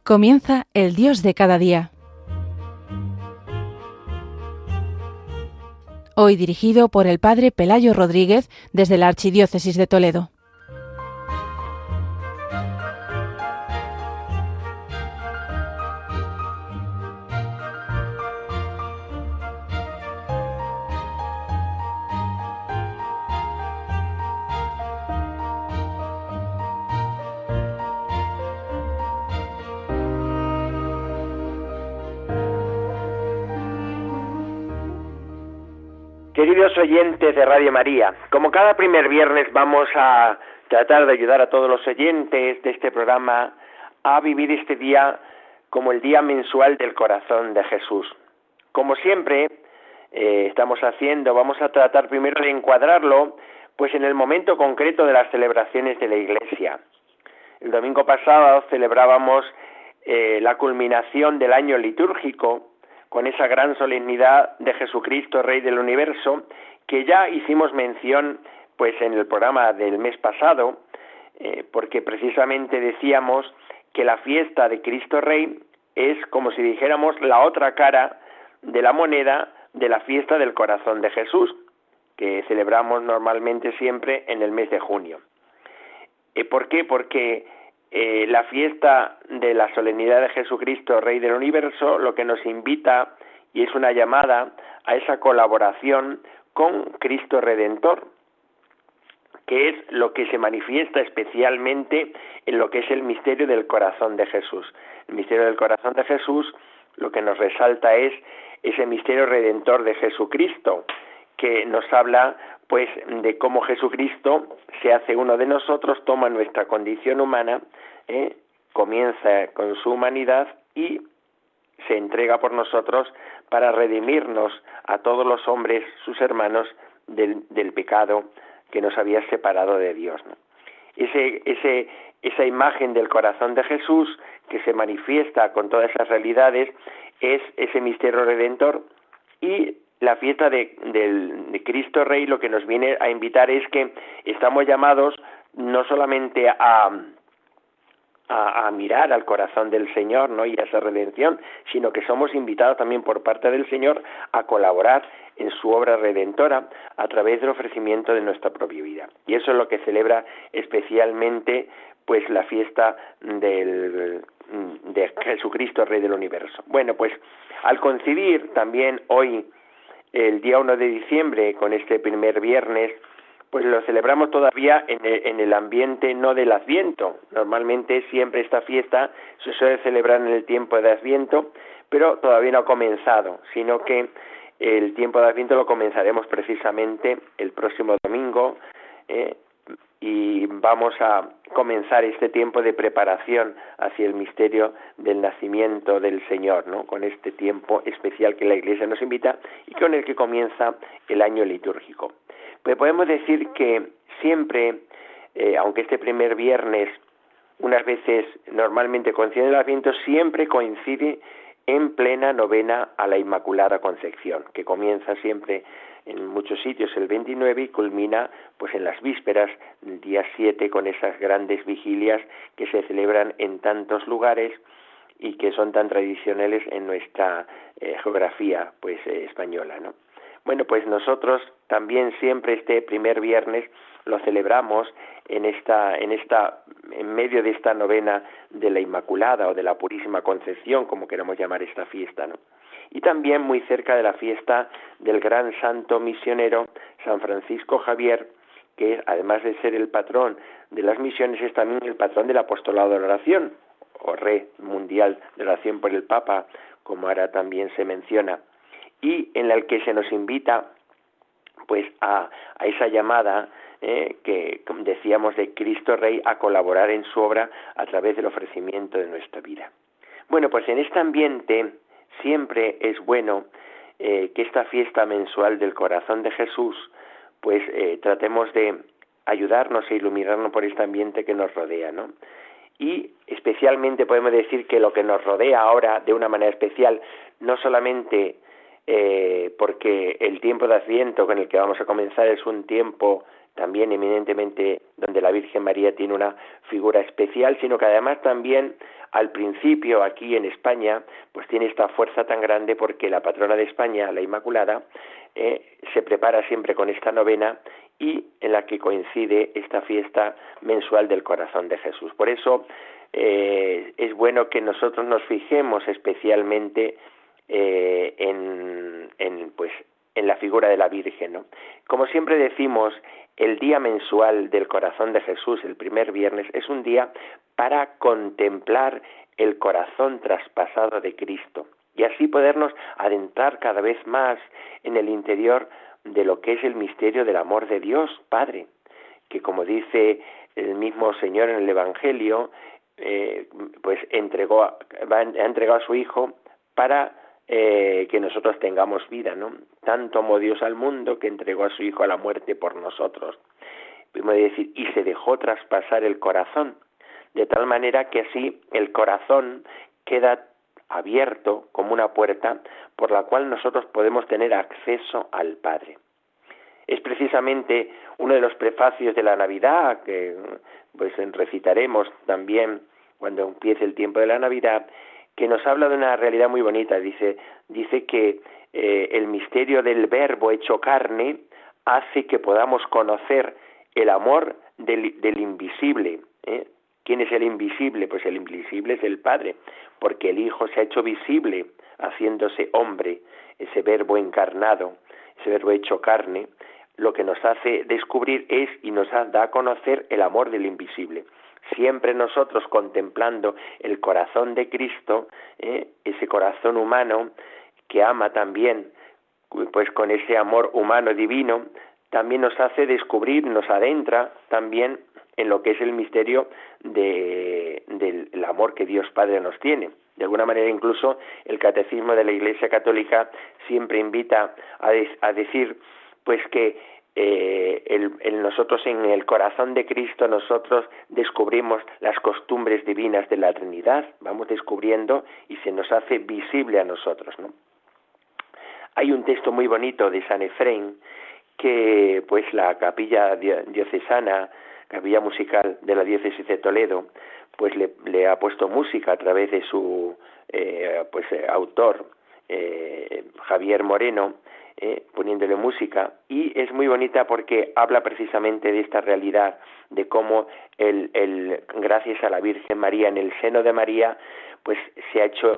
Comienza el Dios de cada día. Hoy dirigido por el Padre Pelayo Rodríguez desde la Archidiócesis de Toledo. Queridos oyentes de Radio María, como cada primer viernes vamos a tratar de ayudar a todos los oyentes de este programa a vivir este día como el día mensual del corazón de Jesús. Como siempre estamos haciendo, vamos a tratar primero de encuadrarlo pues en el momento concreto de las celebraciones de la Iglesia. El domingo pasado celebrábamos la culminación del año litúrgico con esa gran solemnidad de Jesucristo, Rey del Universo, que ya hicimos mención pues en el programa del mes pasado, porque precisamente decíamos que la fiesta de Cristo Rey es como si dijéramos la otra cara de la moneda de la fiesta del corazón de Jesús, que celebramos normalmente siempre en el mes de junio. ¿Por qué? Porque la fiesta de la solemnidad de Jesucristo, Rey del Universo, lo que nos invita y es una llamada a esa colaboración con Cristo Redentor, que es lo que se manifiesta especialmente en lo que es el misterio del corazón de Jesús. El misterio del corazón de Jesús lo que nos resalta es ese misterio redentor de Jesucristo, que nos habla pues de cómo Jesucristo se hace uno de nosotros, toma nuestra condición humana, comienza con su humanidad y se entrega por nosotros para redimirnos a todos los hombres, sus hermanos, del pecado que nos había separado de Dios, ¿no? Esa imagen del corazón de Jesús que se manifiesta con todas esas realidades es ese misterio redentor, y la fiesta de Cristo Rey lo que nos viene a invitar es que estamos llamados no solamente a mirar al corazón del Señor, ¿no?, y a esa redención, sino que somos invitados también por parte del Señor a colaborar en su obra redentora a través del ofrecimiento de nuestra propia vida. Y eso es lo que celebra especialmente pues la fiesta de Jesucristo, Rey del Universo. Bueno, pues al coincidir también hoy el día 1 de diciembre con este primer viernes, pues lo celebramos todavía en el ambiente no del Adviento. Normalmente siempre esta fiesta se suele celebrar en el tiempo de Adviento, pero todavía no ha comenzado, sino que el tiempo de Adviento lo comenzaremos precisamente el próximo domingo, y vamos a comenzar este tiempo de preparación hacia el misterio del nacimiento del Señor, ¿no?, con este tiempo especial que la Iglesia nos invita y con el que comienza el año litúrgico. Pues podemos decir que siempre, aunque este primer viernes unas veces normalmente coincide el Adviento, siempre coincide en plena novena a la Inmaculada Concepción, que comienza siempre en muchos sitios el 29 y culmina pues en las vísperas, el día 7, con esas grandes vigilias que se celebran en tantos lugares y que son tan tradicionales en nuestra geografía pues española, ¿no? Bueno, pues nosotros también siempre este primer viernes lo celebramos en medio de esta novena de la Inmaculada o de la Purísima Concepción, como queramos llamar esta fiesta, ¿no? Y también muy cerca de la fiesta del gran santo misionero San Francisco Javier, que además de ser el patrón de las misiones es también el patrón del apostolado de la oración, o Rey Mundial de Oración por el Papa, como ahora también se menciona, y en el que se nos invita pues a esa llamada que decíamos de Cristo Rey a colaborar en su obra a través del ofrecimiento de nuestra vida. Bueno, pues en este ambiente siempre es bueno que esta fiesta mensual del corazón de Jesús pues tratemos de ayudarnos e iluminarnos por este ambiente que nos rodea, ¿no? Y especialmente podemos decir que lo que nos rodea ahora de una manera especial, no solamente porque el tiempo de Adviento con el que vamos a comenzar es un tiempo también eminentemente donde la Virgen María tiene una figura especial, sino que además también al principio aquí en España pues tiene esta fuerza tan grande porque la patrona de España, la Inmaculada, se prepara siempre con esta novena y en la que coincide esta fiesta mensual del Corazón de Jesús. Por eso es bueno que nosotros nos fijemos especialmente en la figura de la Virgen, ¿no? Como siempre decimos, el día mensual del Corazón de Jesús, el primer viernes, es un día para contemplar el corazón traspasado de Cristo y así podernos adentrar cada vez más en el interior de lo que es el misterio del amor de Dios Padre, que como dice el mismo Señor en el Evangelio, pues ha entregado a su Hijo para que nosotros tengamos vida, ¿no? Tanto amó Dios al mundo que entregó a su Hijo a la muerte por nosotros. Podemos decir, y se dejó traspasar el corazón, de tal manera que así el corazón queda abierto como una puerta por la cual nosotros podemos tener acceso al Padre. Es precisamente uno de los prefacios de la Navidad, que pues recitaremos también cuando empiece el tiempo de la Navidad, que nos habla de una realidad muy bonita. Dice que el misterio del Verbo hecho carne hace que podamos conocer el amor del invisible. ¿Quién es el invisible? Pues el invisible es el Padre, porque el Hijo se ha hecho visible, haciéndose hombre, ese Verbo encarnado, ese Verbo hecho carne, lo que nos hace descubrir es y nos da a conocer el amor del invisible. Siempre nosotros contemplando el corazón de Cristo, ese corazón humano que ama también, pues con ese amor humano divino, también nos hace descubrir, nos adentra también en lo que es el misterio del amor que Dios Padre nos tiene. De alguna manera incluso el Catecismo de la Iglesia Católica siempre invita a decir pues que nosotros en el corazón de Cristo nosotros descubrimos las costumbres divinas de la Trinidad, vamos descubriendo y se nos hace visible a nosotros, ¿no? Hay un texto muy bonito de San Efrén que pues la capilla diocesana, capilla musical de la diócesis de Toledo, pues le ha puesto música a través de su autor, Javier Moreno, poniéndole música, y es muy bonita porque habla precisamente de esta realidad, de cómo gracias a la Virgen María, en el seno de María, pues se ha hecho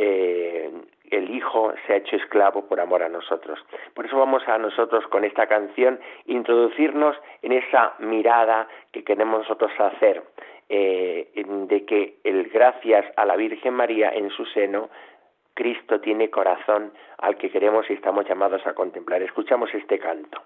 el Hijo se ha hecho esclavo por amor a nosotros. Por eso vamos a nosotros con esta canción introducirnos en esa mirada que queremos nosotros hacer, de que gracias a la Virgen María en su seno, Cristo tiene corazón al que queremos y estamos llamados a contemplar. Escuchamos este canto.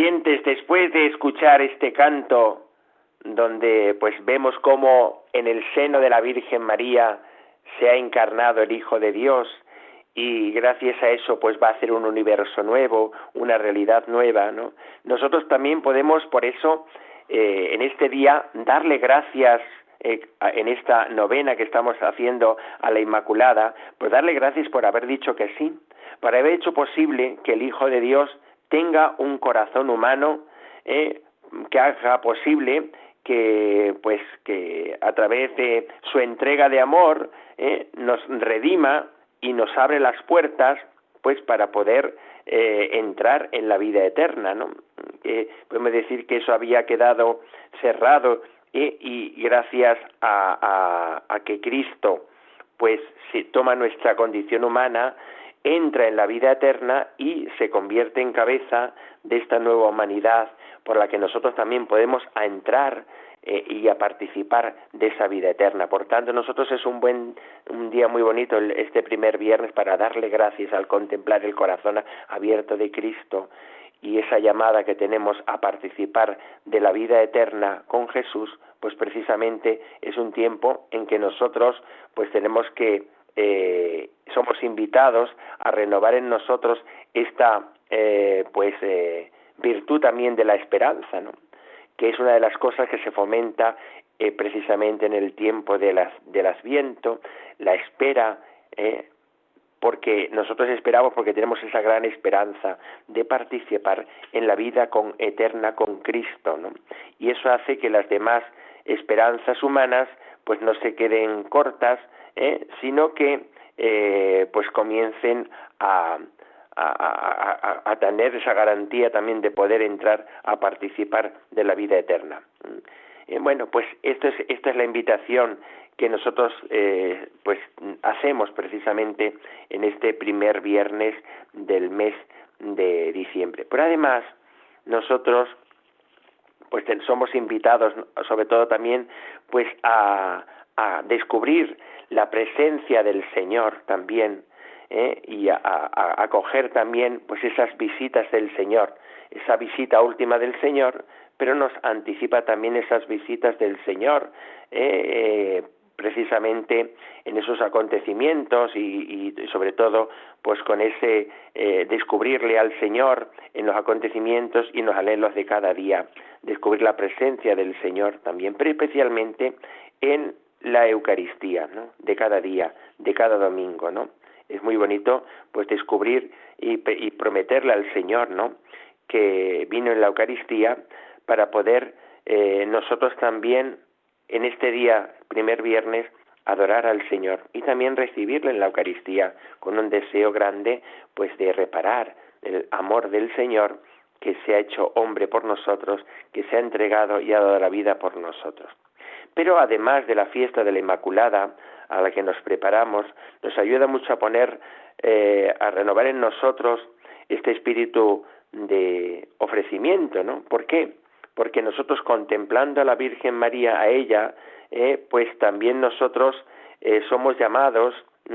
oyentes, después de escuchar este canto, donde pues vemos cómo en el seno de la Virgen María se ha encarnado el Hijo de Dios, y gracias a eso pues va a hacer un universo nuevo, una realidad nueva, ¿no? Nosotros también podemos, por eso, en este día, darle gracias en esta novena que estamos haciendo a la Inmaculada, pues darle gracias por haber dicho que sí, por haber hecho posible que el Hijo de Dios tenga un corazón humano, que haga posible que a través de su entrega de amor nos redima y nos abre las puertas pues para poder entrar en la vida eterna, ¿no? Podemos decir que eso había quedado cerrado y gracias a que Cristo pues se toma nuestra condición humana, entra en la vida eterna y se convierte en cabeza de esta nueva humanidad por la que nosotros también podemos entrar y a participar de esa vida eterna. Por tanto, nosotros es un día muy bonito este primer viernes para darle gracias al contemplar el corazón abierto de Cristo y esa llamada que tenemos a participar de la vida eterna con Jesús, pues precisamente es un tiempo en que nosotros pues tenemos que somos invitados a renovar en nosotros esta virtud también de la esperanza, ¿no? Que es una de las cosas que se fomenta precisamente en el tiempo del Adviento, la espera, porque nosotros esperamos porque tenemos esa gran esperanza de participar en la vida eterna con Cristo, ¿no? Y eso hace que las demás esperanzas humanas pues no se queden cortas, sino que pues comiencen a tener esa garantía también de poder entrar a participar de la vida eterna. Bueno, pues esta es la invitación que nosotros pues hacemos precisamente en este primer viernes del mes de diciembre. Pero además nosotros pues somos invitados sobre todo también pues a descubrir la presencia del Señor también, y a acoger también pues esas visitas del Señor, esa visita última del Señor, pero nos anticipa también esas visitas del Señor, precisamente en esos acontecimientos y sobre todo pues con ese descubrirle al Señor en los acontecimientos y en los anhelos de cada día, descubrir la presencia del Señor también, pero especialmente en la Eucaristía, ¿no? De cada día, de cada domingo, ¿no? Es muy bonito pues descubrir y prometerle al Señor, ¿no? Que vino en la Eucaristía para poder nosotros también en este día, primer viernes, adorar al Señor y también recibirle en la Eucaristía con un deseo grande pues de reparar el amor del Señor que se ha hecho hombre por nosotros, que se ha entregado y ha dado la vida por nosotros. Pero además de la fiesta de la Inmaculada, a la que nos preparamos, nos ayuda mucho a poner, a renovar en nosotros este espíritu de ofrecimiento, ¿no? ¿Por qué? Porque nosotros contemplando a la Virgen María, a ella, pues también nosotros somos llamados,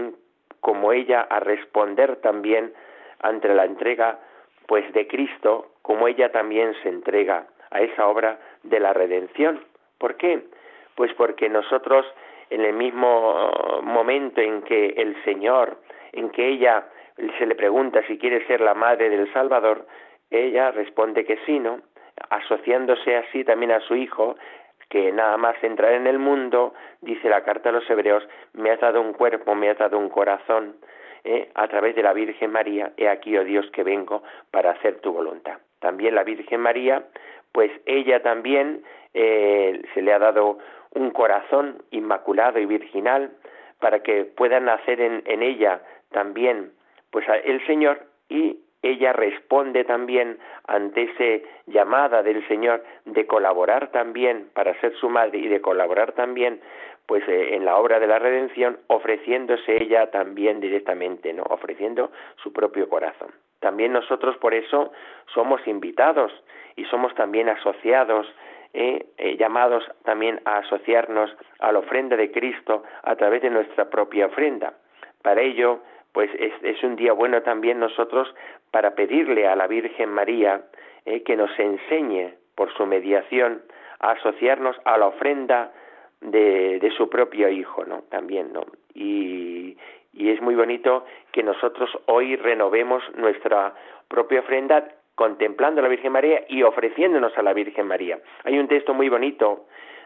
como ella, a responder también ante la entrega, pues de Cristo, como ella también se entrega a esa obra de la redención. ¿Por qué? Pues porque nosotros, en el mismo momento en que el Señor, en que ella se le pregunta si quiere ser la madre del Salvador, ella responde que sí, ¿no? Asociándose así también a su Hijo, que nada más entrar en el mundo, dice la carta a los Hebreos, me has dado un cuerpo, me has dado un corazón, a través de la Virgen María, he aquí, oh Dios, que vengo para hacer tu voluntad. También la Virgen María, pues ella también se le ha dado un corazón inmaculado y virginal para que pueda nacer en ella también pues el Señor, y ella responde también ante esa llamada del Señor de colaborar también para ser su madre y de colaborar también pues en la obra de la redención, ofreciéndose ella también directamente, ¿no? Ofreciendo su propio corazón. También nosotros por eso somos invitados y somos también asociados, llamados también a asociarnos a la ofrenda de Cristo a través de nuestra propia ofrenda. Para ello, pues es un día bueno también nosotros para pedirle a la Virgen María que nos enseñe por su mediación a asociarnos a la ofrenda de su propio Hijo, ¿no? También, ¿no? Y es muy bonito que nosotros hoy renovemos nuestra propia ofrenda contemplando a la Virgen María y ofreciéndonos a la Virgen María. Hay un texto muy bonito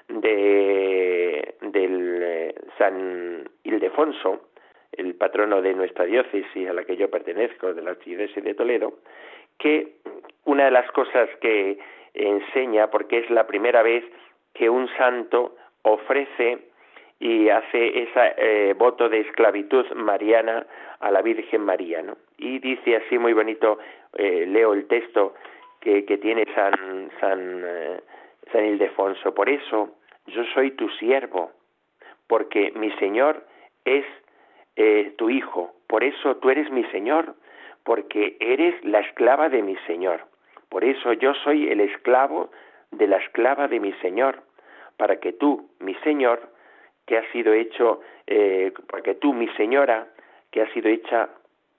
del San Ildefonso, el patrono de nuestra diócesis a la que yo pertenezco, de la Archidiócesis de Toledo, que una de las cosas que enseña, porque es la primera vez que un santo ofrece y hace ese voto de esclavitud mariana a la Virgen María, ¿no? Y dice así muy bonito, leo el texto que tiene San Ildefonso: por eso yo soy tu siervo, porque mi Señor es tu Hijo, por eso tú eres mi Señor, porque eres la esclava de mi Señor, por eso yo soy el esclavo de la esclava de mi Señor, para que tú, mi Señor, que has sido hecho, porque tú, mi Señora, has sido hecha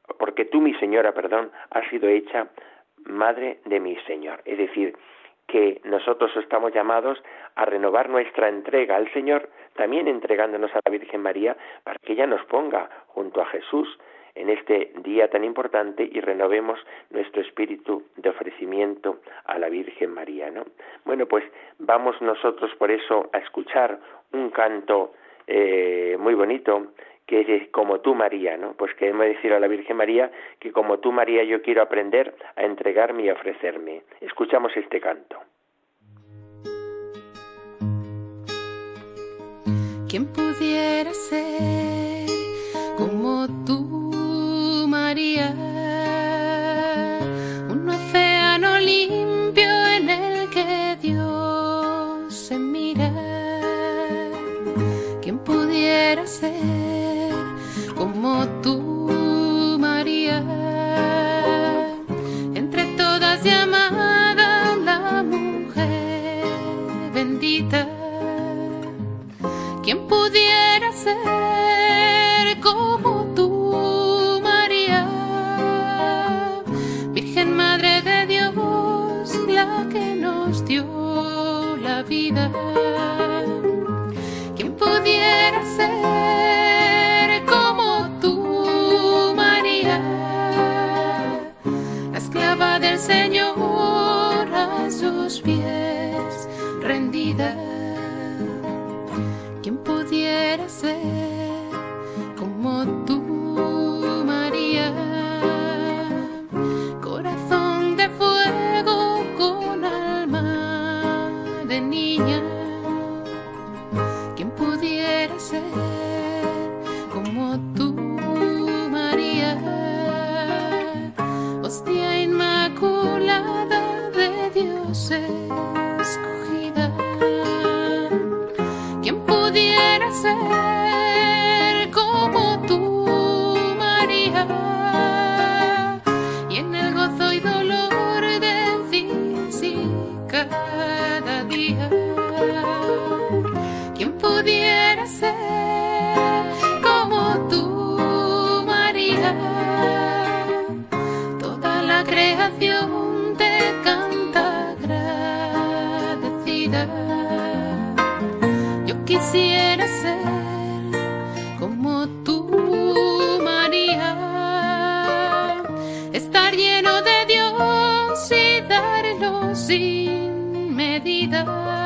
madre de mi Señor. Es decir, que nosotros estamos llamados a renovar nuestra entrega al Señor, también entregándonos a la Virgen María, para que ella nos ponga junto a Jesús en este día tan importante y renovemos nuestro espíritu de ofrecimiento a la Virgen María, ¿no? Bueno, pues vamos nosotros por eso a escuchar un canto muy bonito, que es Como tú, María, ¿no? Pues queremos decir a la Virgen María que como tú, María, yo quiero aprender a entregarme y a ofrecerme. Escuchamos este canto. ¿Quién pudiera ser como tú, María? Un océano limpio en el que Dios se mira. ¿Quién pudiera ser como tú, María? Entre todas llamada la mujer bendita. ¿Quién pudiera ser como tú, María? Virgen Madre de Dios, la que nos dio la vida. ¿Quién pudiera ser como tú, María? La esclava del Señor a sus pies rendida. ¿Quién pudiera ser como tú, María? Corazón de fuego con alma de niña. ¿Quién pudiera ser como tú, María? Hostia inmaculada de Dios escogida. ¿Quién pudiera ser como tú, María? Y en el gozo y dolor del día, sí, cada día. ¿Quién pudiera ser como tú, María? Toda la creación te canta agradecida. Quisiera ser como tú, María, estar lleno de Dios y darlo sin medida.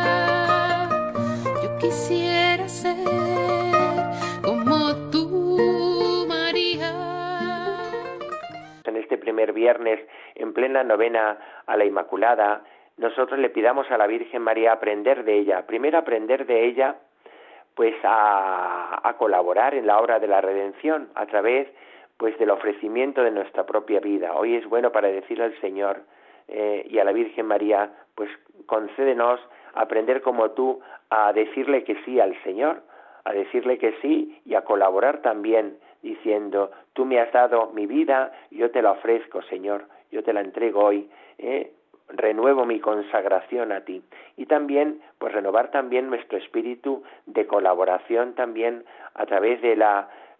Yo quisiera ser como tú, María. En este primer viernes, en plena novena a la Inmaculada, nosotros le pidamos a la Virgen María aprender de ella. Primero aprender de ella, pues a colaborar en la obra de la redención a través pues del ofrecimiento de nuestra propia vida. Hoy es bueno para decirle al Señor y a la Virgen María, pues concédenos aprender como tú a decirle que sí al Señor, a decirle que sí y a colaborar también diciendo: tú me has dado mi vida, yo te la ofrezco, Señor, yo te la entrego hoy, renuevo mi consagración a ti. Y también, pues renovar también nuestro espíritu de colaboración también a través de la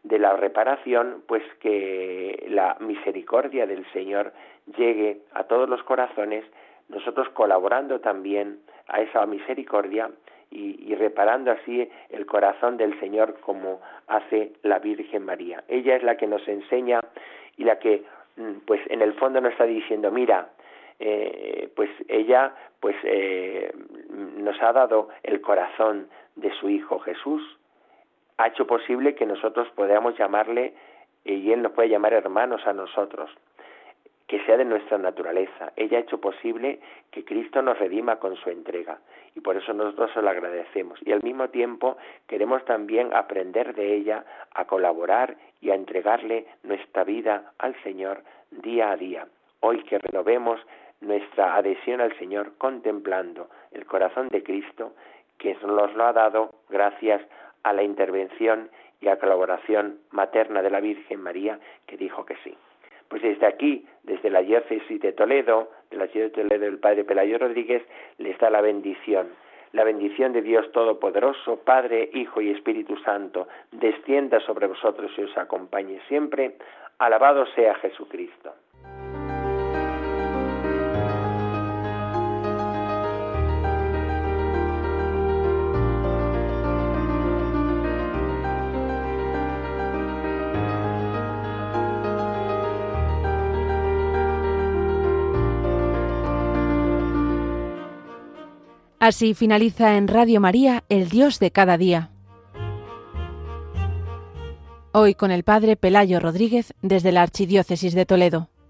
de la reparación, pues que la misericordia del Señor llegue a todos los corazones, nosotros colaborando también a esa misericordia y reparando así el corazón del Señor como hace la Virgen María. Ella es la que nos enseña y la que pues en el fondo nos está diciendo, mira, pues ella pues nos ha dado el corazón de su Hijo Jesús, ha hecho posible que nosotros podamos llamarle, y Él nos puede llamar hermanos a nosotros, que sea de nuestra naturaleza. Ella ha hecho posible que Cristo nos redima con su entrega, y por eso nosotros se lo agradecemos. Y al mismo tiempo queremos también aprender de ella a colaborar y a entregarle nuestra vida al Señor día a día. Hoy que renovemos nuestra adhesión al Señor contemplando el corazón de Cristo, que nos lo ha dado gracias a la intervención y a colaboración materna de la Virgen María, que dijo que sí. Pues desde aquí, desde la diócesis de Toledo, del Padre Pelayo Rodríguez, les da la bendición. La bendición de Dios Todopoderoso, Padre, Hijo y Espíritu Santo, descienda sobre vosotros y os acompañe siempre. Alabado sea Jesucristo. Así finaliza en Radio María, El Dios de cada día. Hoy con el Padre Pelayo Rodríguez desde la Archidiócesis de Toledo.